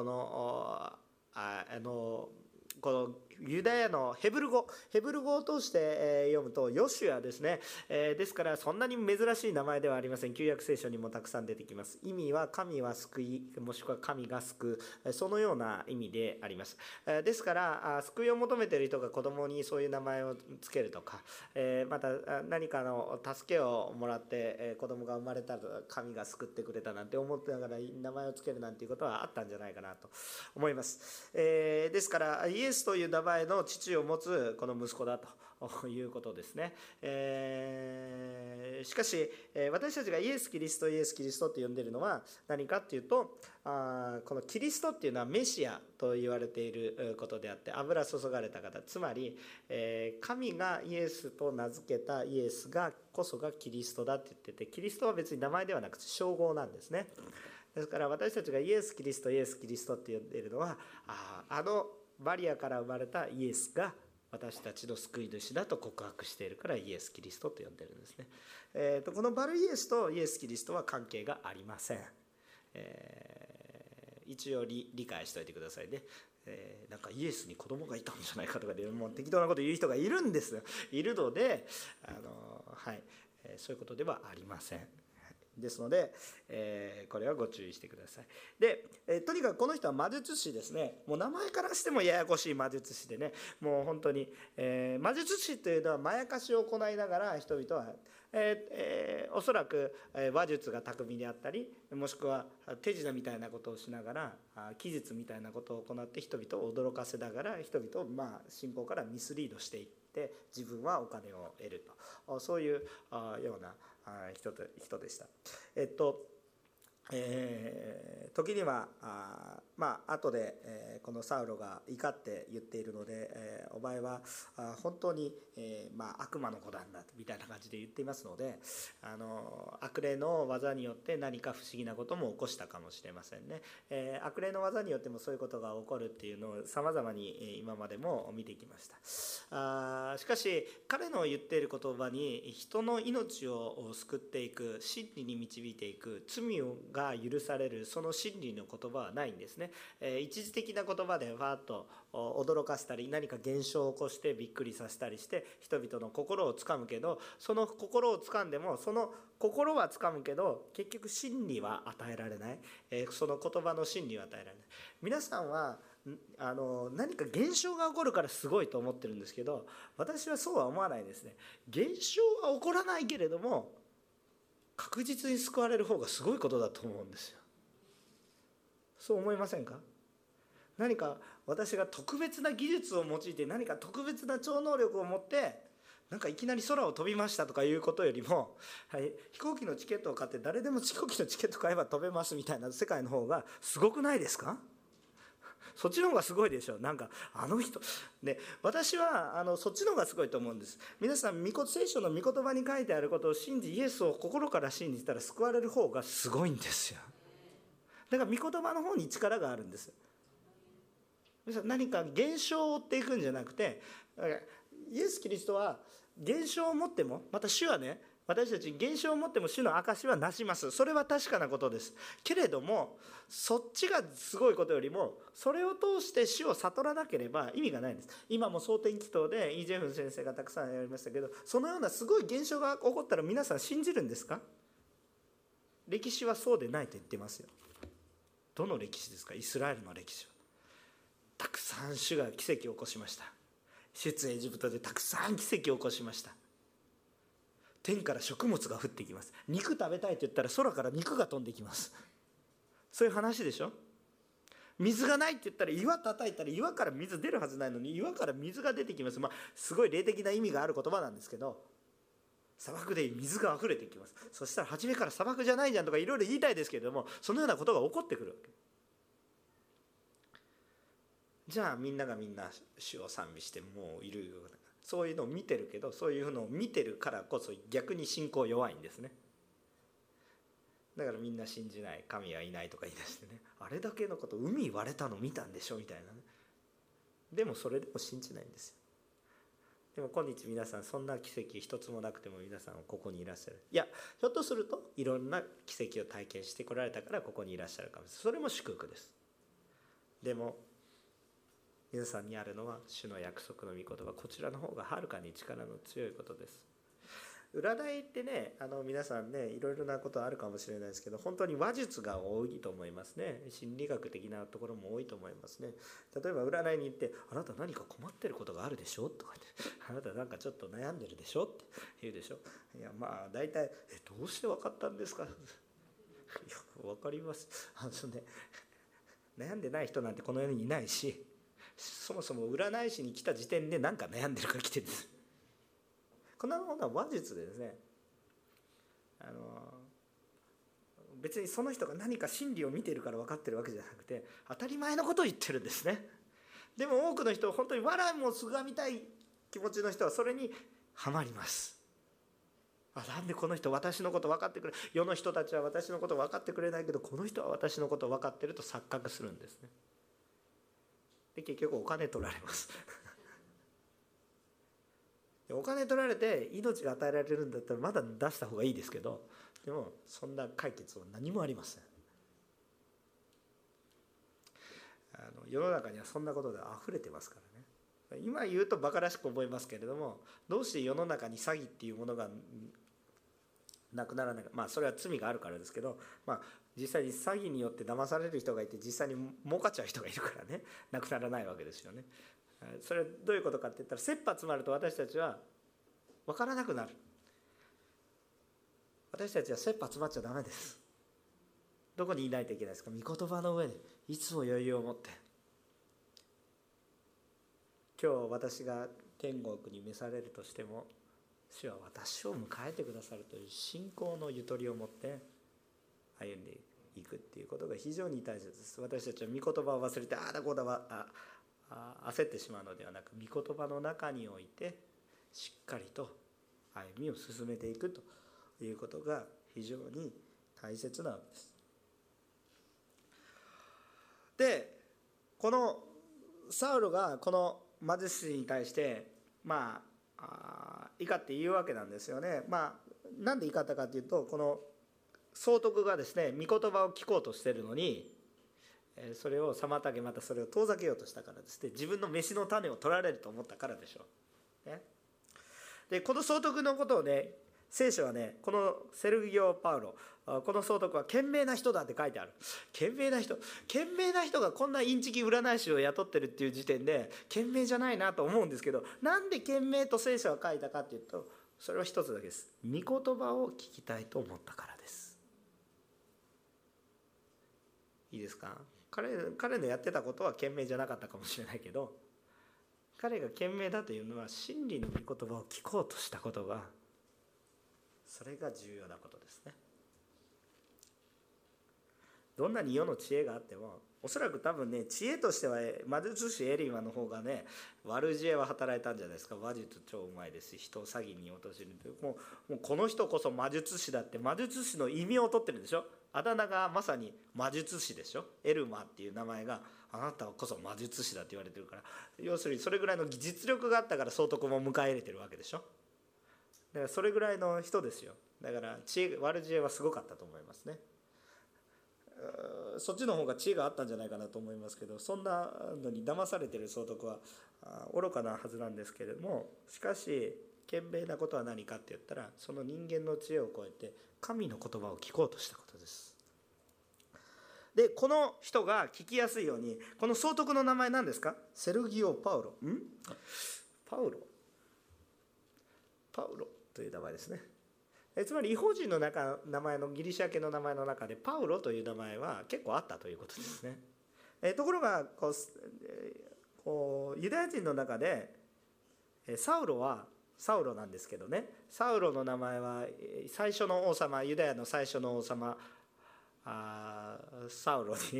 のユダヤのヘブル語を通して読むとヨシュアですね。ですからそんなに珍しい名前ではありません。旧約聖書にもたくさん出てきます。意味は神は救い、もしくは神が救う、そのような意味であります。ですから救いを求めている人が子供にそういう名前をつけるとか、また何かの助けをもらって子供が生まれたら神が救ってくれたなんて思ってながら名前をつけるなんていうことはあったんじゃないかなと思います。ですからイエスという名前の父を持つこの息子だということですね。しかし私たちがイエス・キリストって呼んでいるのは何かっていうと、このキリストっていうのはメシアと言われていることであって、油注がれた方、つまり神がイエスと名付けたイエスがこそがキリストだって言ってて、キリストは別に名前ではなくて称号なんですね。ですから私たちがイエス・キリストって呼んでいるのは、マリアから生まれたイエスが私たちの救い主だと告白しているからイエス・キリストと呼んでるんですね。このバルイエスとイエス・キリストは関係がありません。一応理解しておいてくださいね。なんかイエスに子供がいたんじゃないかとかでもう適当なこと言う人がいるんですよ。いるのでそういうことではありません。ですので、これはご注意してください。で、とにかくこの人は魔術師ですね。もう名前からしてもややこしい魔術師でね、もう本当に、魔術師というのはまやかしを行いながら人々は、おそらく話術が巧みであったり、もしくは手品みたいなことをしながら奇術みたいなことを行って人々を驚かせながら人々を信仰からミスリードしていって自分はお金を得ると、そういうような人でした。時には後でこのサウロが怒って言っているので、お前は本当に悪魔の子なんだみたいな感じで言っていますので、悪霊の技によって何か不思議なことも起こしたかもしれませんね。悪霊の技によってもそういうことが起こるっていうのを様々に今までも見てきました。しかし彼の言っている言葉に人の命を救っていく、真理に導いていく、罪が許されるその真理の言葉はないんですね。一時的な言葉でファーッと驚かせたり何か現象を起こしてびっくりさせたりして人々の心をつかむけど、その心をつかんでもその心はつかむけど結局真理は与えられない、その言葉の真理は与えられない。皆さんは何か現象が起こるからすごいと思ってるんですけど、私はそうは思わないですね。現象は起こらないけれども確実に救われる方がすごいことだと思うんですよ。そう思いませんか？何か私が特別な技術を用いて何か特別な超能力を持ってなんかいきなり空を飛びましたとかいうことよりも、飛行機のチケットを買って誰でも飛行機のチケット買えば飛べますみたいな世界の方がすごくないですか？そっちの方がすごいでしょ。なんかあの人ね、私はそっちの方がすごいと思うんです。皆さん聖書の御言葉に書いてあることを信じ、イエスを心から信じたら救われる方がすごいんですよ。だから御言葉の方に力があるんです。何か現象を追っていくんじゃなくて、イエス・キリストは現象を持っても、また主はね、 私たち現象をもっても主の証はなします。それは確かなことです。けれどもそっちがすごいことよりも、それを通して主を悟らなければ意味がないんです。今も蒼天祈祷でイ・ジェフン先生がたくさんやりましたけど、そのようなすごい現象が起こったら皆さん信じるんですか？歴史はそうでないと言ってますよ。どの歴史ですか？イスラエルの歴史はたくさん主が奇跡を起こしました。出エジプトでたくさん奇跡を起こしました。天から食物が降ってきます。肉食べたいと言ったら空から肉が飛んできます。そういう話でしょ。水がないって言ったら岩叩いたら岩から水出るはずないのに岩から水が出てきます。すごい霊的な意味がある言葉なんですけど、砂漠で水が溢れてきます。そしたら初めから砂漠じゃないじゃんとかいろいろ言いたいですけれども、そのようなことが起こってくるわけ。じゃあみんながみんな主を賛美してもういるような、そういうのを見てるけど、そういうのを見てるからこそ逆に信仰弱いんですね。だからみんな信じない、神はいないとか言い出してね、あれだけのこと、海割れたの見たんでしょみたいなね。でもそれでも信じないんですよ。でも今日皆さんそんな奇跡一つもなくても皆さんここにいらっしゃる。いや、ひょっとするといろんな奇跡を体験してこられたからここにいらっしゃるかもしれない。それも祝福です。でも皆さんにあるのは主の約束の御言葉、こちらの方がはるかに力の強いことです。占いってね、皆さんね、いろいろなことあるかもしれないですけど、本当に話術が多いと思いますね。心理学的なところも多いと思いますね。例えば占いに行って、あなた何か困ってることがあるでしょとか言って、あなたなんかちょっと悩んでるでしょって言うでしょ。いや、大体どうして分かったんですか。いや、分かります。悩んでない人なんてこの世にいないし、そもそも占い師に来た時点で何か悩んでるから来てるんです。こんなものは話術でですね、別にその人が何か真理を見ているから分かってるわけじゃなくて、当たり前のことを言ってるんですね。でも多くの人は本当に藁もすがみたい気持ちの人はそれにはまります。なんでこの人私のこと分かってくれ、世の人たちは私のこと分かってくれないけどこの人は私のこと分かってると錯覚するんですね。で結局お金取られますお金取られて命が与えられるんだったらまだ出した方がいいですけど、でもそんな解決は何もありません。世の中にはそんなことで溢れてますからね。今言うとバカらしく思いますけれども、どうして世の中に詐欺っていうものがなくならないか。それは罪があるからですけど、実際に詐欺によって騙される人がいて実際に儲かっちゃう人がいるからね、なくならないわけですよね。それはどういうことかって言ったら、切羽詰まると私たちは分からなくなる。私たちは切羽詰まっちゃダメです。どこにいないといけないですか？御言葉の上でいつも余裕を持って、今日私が天国に召されるとしても主は私を迎えてくださるという信仰のゆとりを持って歩んでいくっていうことが非常に大切です。私たちは御言葉を忘れてだこうだ焦ってしまうのではなく、御言葉の中においてしっかりと歩みを進めていくということが非常に大切なわけです。で、このサウロがこの貧しいに対して怒って言うわけなんですよね。なんで怒ったかというと、この総督がですね、御言葉を聞こうとしているのにそれを妨げ、またそれを遠ざけようとしたからですね。自分の飯の種を取られると思ったからでしょう、ね。でこの総督のことをね、聖書はね、このセルギオ・パウロ、この総督は賢明な人だって書いてある。賢明な人がこんなインチキ占い師を雇ってるっていう時点で賢明じゃないなと思うんですけど、なんで賢明と聖書は書いたかっていうと、それは一つだけです。御言葉を聞きたいと思ったからです。いいですか？彼のやってたことは賢明じゃなかったかもしれないけど、彼が賢明だというのは真理の御言葉を聞こうとしたことが、それが重要なことですね。どんなに世の知恵があっても、おそらく多分ね、知恵としては魔術師エリマの方がね、悪知恵は働いたんじゃないですか。話術超うまいですし、人を詐欺に陥れる。もうこの人こそ魔術師だって、魔術師の異名を取ってるんでしょ。あだ名がまさに魔術師でしょ。エルマっていう名前が、あなたこそ魔術師だって言われてるから、要するにそれぐらいの実力があったから総督も迎え入れてるわけでしょ。 だからそれぐらいの人ですよ。だから悪知恵はすごかったと思いますね。そっちの方が知恵があったんじゃないかなと思いますけど、そんなのに騙されている総督は愚かなはずなんですけれども、しかし賢明なことは何かって言ったら、その人間の知恵を超えて神の言葉を聞こうとしたことです。でこの人が聞きやすいように、この総督の名前何ですか？セルギオ・パウロパウロという名前ですね。つまり異邦人の名前のギリシャ系の名前の中でパウロという名前は結構あったということですね。ところがユダヤ人の中でサウロはサウロなんですけどね、サウロの名前は最初の王様、ユダヤの最初の王様サウロに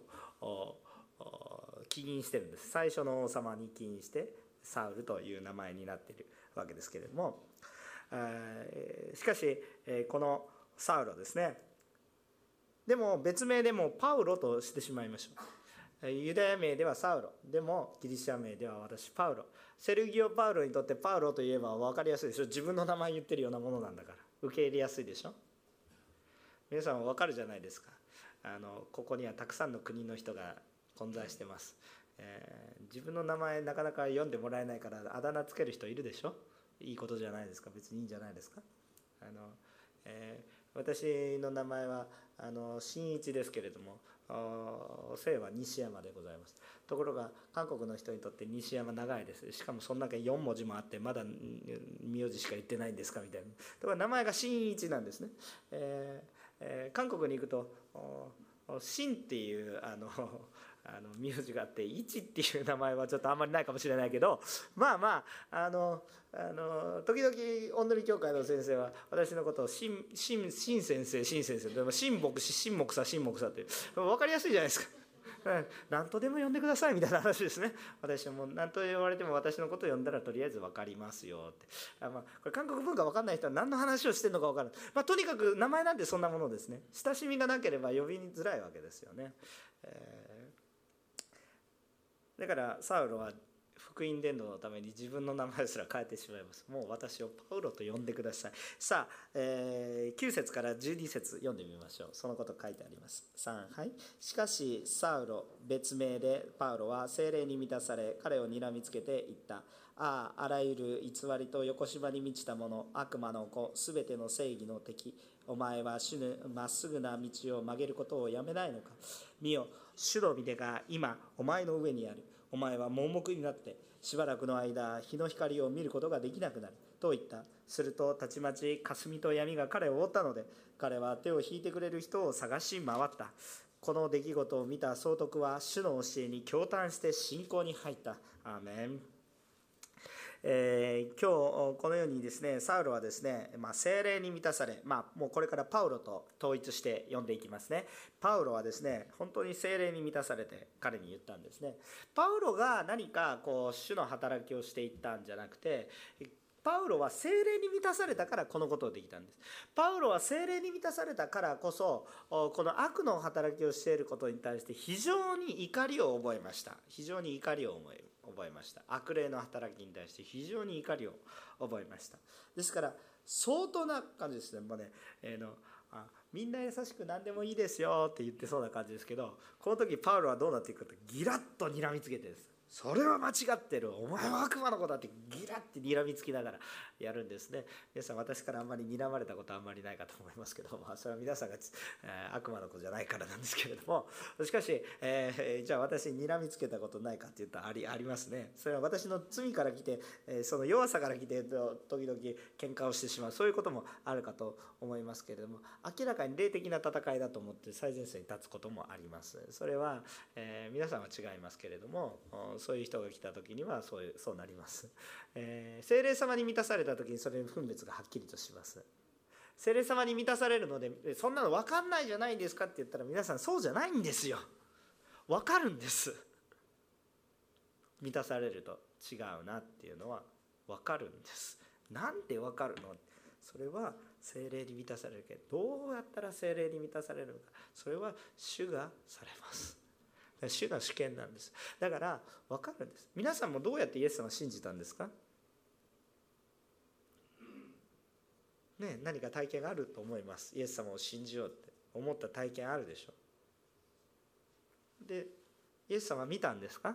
起因してるんです。最初の王様に起因してサウルという名前になっているわけですけれども、しかしこのサウロですね、でも別名でもパウロとしてしまいましょう。ユダヤ名ではサウロ、でもギリシャ名では私パウロ。セルギオ・パウロにとってパウロといえば分かりやすいでしょ。自分の名前言ってるようなものなんだから受け入れやすいでしょ。皆さんも分かるじゃないですか。ここにはたくさんの国の人が混在してます。自分の名前なかなか読んでもらえないからあだ名つける人いるでしょ。いいことじゃないですか。別にいいんじゃないですか。私の名前は新一ですけれども、姓は西山でございます。ところが韓国の人にとって西山長いです。しかもそんだけ4文字もあってまだ名字しか言ってないんですかみたいな。だから名前が新一なんですね。韓国に行くと新っていう名字があって、一っていう名前はちょっとあんまりないかもしれないけど、まあ時々御塗教会の先生は私のことを新先生でも新牧師新牧さって分かりやすいじゃないですか。何とでも呼んでくださいみたいな話ですね。私も何と言われても私のことを呼んだらとりあえず分かりますよって。これ韓国文化分かんない人は何の話をしてるのか分からない。とにかく名前なんてそんなものですね。親しみがなければ呼びづらいわけですよね。だからサウロは福音伝道のために自分の名前すら変えてしまいます。もう私をパウロと呼んでください。さあ、9節から12節読んでみましょう。そのこと書いてあります。3、はい。しかしサウロ別名でパウロは聖霊に満たされ、彼を睨みつけて言った。あらゆる偽りと横芝に満ちた者、悪魔の子、すべての正義の敵。お前は主のまっすぐな道を曲げることをやめないのか。見よ、主の御手が今お前の上にある。お前は盲目になってしばらくの間日の光を見ることができなくなると言った。するとたちまち霞と闇が彼を覆ったので、彼は手を引いてくれる人を探し回った。この出来事を見た総督は主の教えに驚嘆して信仰に入った。アーメン。今日このようにですね、サウロはですね、聖霊に満たされ、もうこれからパウロと統一して読んでいきますね。パウロはですね、本当に聖霊に満たされて彼に言ったんですね。パウロが何か主の働きをしていったんじゃなくて、パウロは聖霊に満たされたからこのことができたんです。パウロは聖霊に満たされたからこそ、この悪の働きをしていることに対して非常に怒りを覚えました。非常に怒りを覚えました。悪霊の働きに対して非常に怒りを覚えました。ですから相当な感じですね。もうね、みんな優しく何でもいいですよって言ってそうな感じですけど、この時パウロはどうなっていくかと、ギラッと睨みつけてです。それは間違ってる、お前は悪魔の子だってギラッて睨みつきながらやるんですね。皆さん、私からあんまり睨まれたことはあんまりないかと思いますけど、それは皆さんが、悪魔の子じゃないからなんですけれども、しかし、じゃあ私睨みつけたことないかって言ったらありますね。それは私の罪から来て、その弱さから来て時々喧嘩をしてしまう、そういうこともあるかと思いますけれども、明らかに霊的な戦いだと思って最前線に立つこともあります。それは、皆さんは違いますけれども、そういう人が来た時にはそうなります。聖霊様に満たされた時にそれの分別がはっきりとします。聖霊様に満たされるので、そんなの分かんないじゃないですかって言ったら、皆さんそうじゃないんですよ。分かるんです。満たされると違うなっていうのは分かるんです。なんで分かるの？それは聖霊に満たされるけど、どうやったら聖霊に満たされるのか、それは主がされます。主が主権なんです。だから分かるんです。皆さんもどうやってイエス様を信じたんですか？ 何か体験があると思います。イエス様を信じようって思った体験あるでしょ。でイエス様は見たんですか？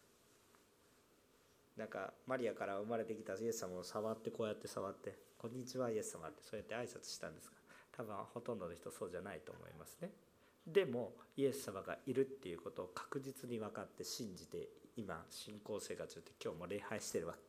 なんかマリアから生まれてきたイエス様を触って、こうやって触って「こんにちはイエス様」ってそうやって挨拶したんですか？多分ほとんどの人そうじゃないと思いますね。でもイエス様がいるっていうことを確実に分かって信じて、今信仰生活って今日も礼拝してるわ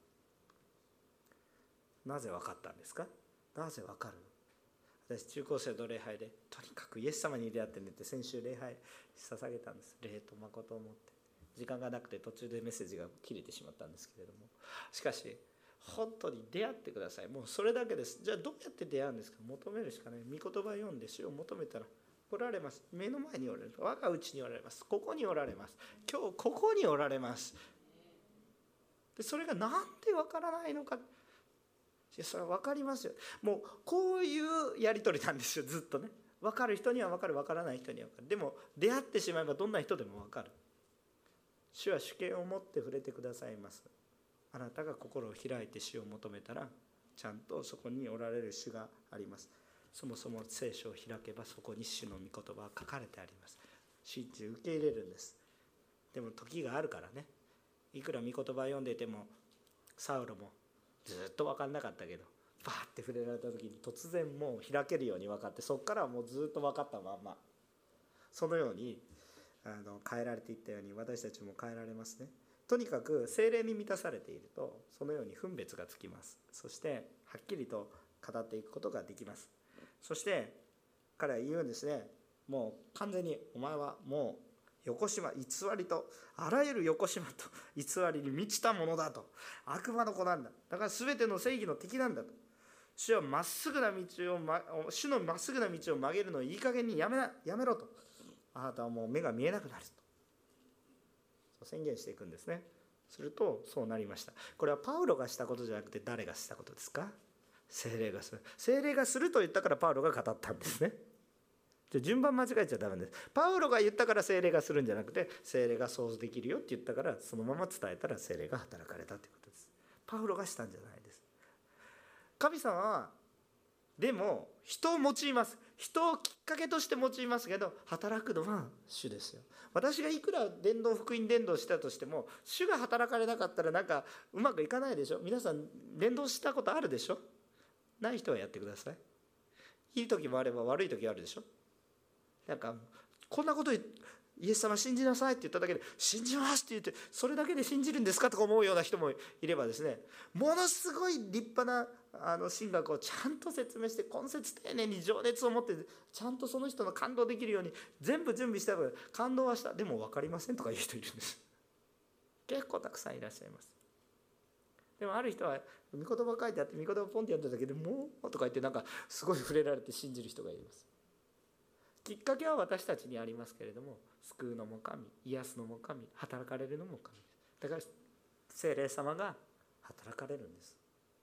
け。なぜ分かったんですか？なぜ分かるの？私中高生の礼拝でとにかくイエス様に出会ってねって先週礼拝捧げたんです。礼と誠を持って。時間がなくて途中でメッセージが切れてしまったんですけれども、しかし本当に出会ってください。もうそれだけです。じゃあどうやって出会うんですか？求めるしかない。御言葉読んで主を求めたらおられます。目の前におられる。我が家におられます。ここにおられます。今日ここにおられます。でそれがなんで分からないのか。それは分かりますよ。もうこういうやり取りなんですよ、ずっとね。分かる人には分かる、分からない人には分かる。でも出会ってしまえばどんな人でも分かる。主は主権を持って触れてくださいます。あなたが心を開いて主を求めたら、ちゃんとそこにおられる主があります。そもそも聖書を開けばそこに主の御言葉が書かれてあります。信じ受け入れるんです。でも時があるからね。いくら御言葉読んでいても、サウロもずっと分かんなかったけど、バーって触れられた時に突然もう開けるように分かって、そこからはもうずっと分かったまんま、そのように変えられていったように私たちも変えられますね。とにかく聖霊に満たされていると、そのように分別がつきます。そしてはっきりと語っていくことができます。そして彼は言うんですね。もう完全にお前はもう横島、偽りと、あらゆる横島と偽りに満ちたものだと、悪魔の子なんだ、だから全ての正義の敵なんだと、主のまっすぐな道を曲げるのをいい加減にやめろと、あなたはもう目が見えなくなると宣言していくんですね。するとそうなりました。これはパウロがしたことじゃなくて、誰がしたことですか？聖霊がする。聖霊がすると言ったからパウロが語ったんですね。じゃ順番間違えちゃダメです。パウロが言ったから聖霊がするんじゃなくて、聖霊がそうできるよって言ったからそのまま伝えたら聖霊が働かれたということです。パウロがしたんじゃないです。神様はでも人を用います。人をきっかけとして用いますけど、働くのは主ですよ。私がいくら福音伝道したとしても、主が働かれなかったらなんかうまくいかないでしょ。皆さん伝道したことあるでしょ。ない人はやってください。いい時もあれば悪い時あるでしょ。なんかこんなことイエス様信じなさいって言っただけで信じますって言って、それだけで信じるんですかとか思うような人もいればですね、ものすごい立派な神学をちゃんと説明して根節丁寧に情熱を持ってちゃんとその人の感動できるように全部準備した分感動はした、でも分かりませんとか言う人いるんです。結構たくさんいらっしゃいます。でもある人は御言葉書いてあって御言葉ポンってやっただけでもうとか言ってなんかすごい触れられて信じる人がいます。きっかけは私たちにありますけれども、救うのも神、癒すのも神、働かれるのも神です。だから聖霊様が働かれるんです。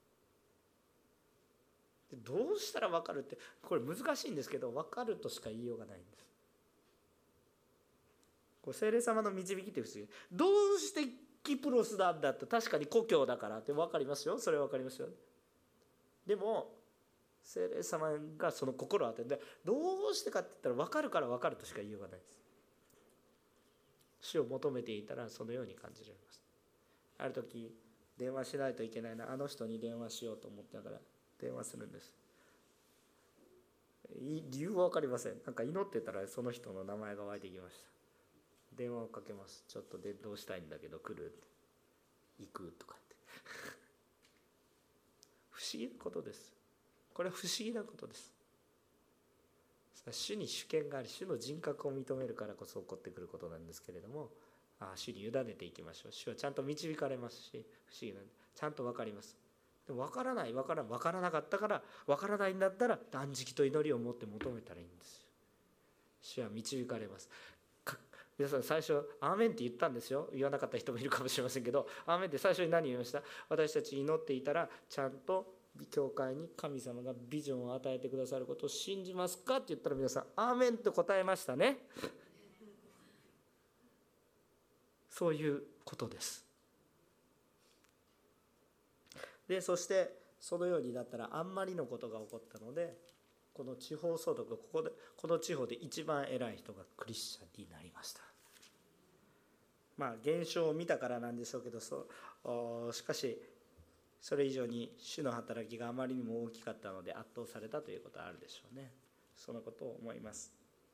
でどうしたら分かるって、これ難しいんですけど、分かるとしか言いようがないんです。これ聖霊様の導きって不思議。どうしてキプロスなんだって、確かに故郷だからって分かりますよ。それは分かりますよ。でも聖霊様がその心を与えて、どうしてかって言ったら分かるから分かるとしか言いようがないです。主を求めていたらそのように感じられます。ある時電話しないといけないな、あの人に電話しようと思ってながら電話するんです。理由は分かりません。なんか祈ってたらその人の名前が湧いてきました。電話をかけます。ちょっと伝道したいんだけど来るって、行くとかって不思議なことです。これは不思議なことです。主に主権があり、主の人格を認めるからこそ起こってくることなんですけれども、主に委ねていきましょう。主はちゃんと導かれますし、不思議なんでちゃんと分かります。でも分からなかったから、分からないんだったら断食と祈りを持って求めたらいいんですよ。主は導かれます。皆さん最初アーメンって言ったんですよ。言わなかった人もいるかもしれませんけど、アーメンって最初に何言いました？私たち祈っていたらちゃんと教会に神様がビジョンを与えてくださることを信じますかって言ったら、皆さんアーメンと答えましたね。そういうことです。でそしてそのようになったらあんまりのことが起こったので、この地方総督、この地方で一番偉い人がクリスチャンになりました。現象を見たからなんでしょうけど、しかしそれ以上に主の働きがあまりにも大きかったので圧倒されたということはあるでしょうね。そのことを思います。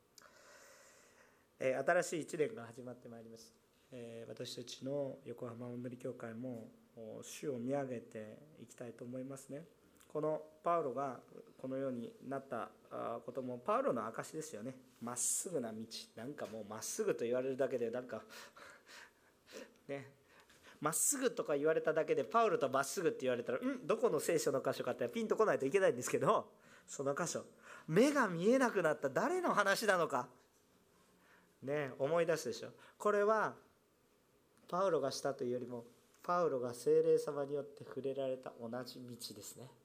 新しい1年が始まってまいります。私たちの横浜おんぬり教会も主を見上げていきたいと思いますね。このパウロがこのようになったこともパウロの証ですよね。まっすぐな道、なんかもうまっすぐと言われるだけでなんかね、まっすぐとか言われただけでパウロとまっすぐって言われたらどこの聖書の箇所かってピンとこないといけないんですけど、その箇所、目が見えなくなった誰の話なのかね、思い出すでしょ。これはパウロがしたというよりもパウロが聖霊様によって触れられた同じ道ですね。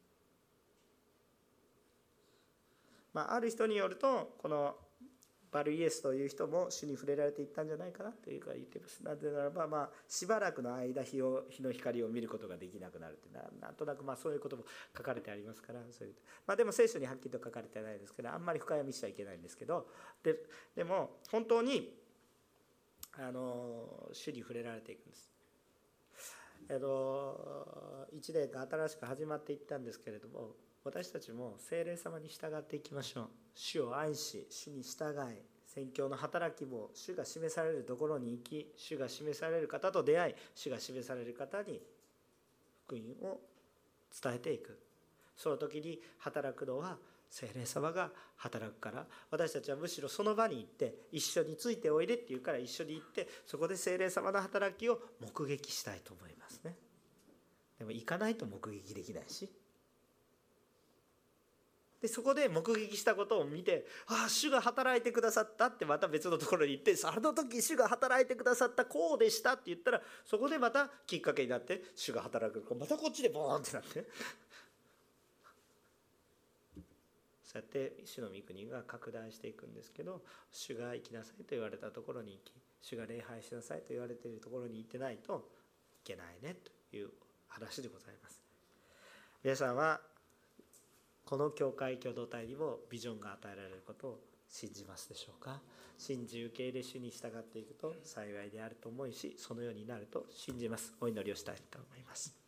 ある人によるとこのバルイエスという人も主に触れられていったんじゃないかなというか言っています。なぜならば、しばらくの間日の光を見ることができなくなるというなんとなくそういうことも書かれてありますから、でも聖書にはっきりと書かれてないですけど、あんまり深読みしちゃいけないんですけど、でも本当に主に触れられていくんです。1年が新しく始まっていったんですけれども、私たちも聖霊様に従っていきましょう。主を愛し、主に従い、宣教の働きも主が示されるところに行き、主が示される方と出会い、主が示される方に福音を伝えていく。その時に働くのは聖霊様が働くから、私たちはむしろその場に行って一緒についておいでって言うから一緒に行って、そこで聖霊様の働きを目撃したいと思いますね。でも行かないと目撃できないし、でそこで目撃したことを見て、主が働いてくださったってまた別のところに行って、あの時主が働いてくださったこうでしたって言ったら、そこでまたきっかけになって主が働く、またこっちでボーンってなってそうやって主の御国が拡大していくんですけど、主が行きなさいと言われたところに行き、主が礼拝しなさいと言われているところに行ってないといけないねという話でございます。皆さんはこの教会共同体にもビジョンが与えられることを信じますでしょうか。信じ受け入れ主に従っていくと幸いであると思いし、そのようになると信じます。お祈りをしたいと思います。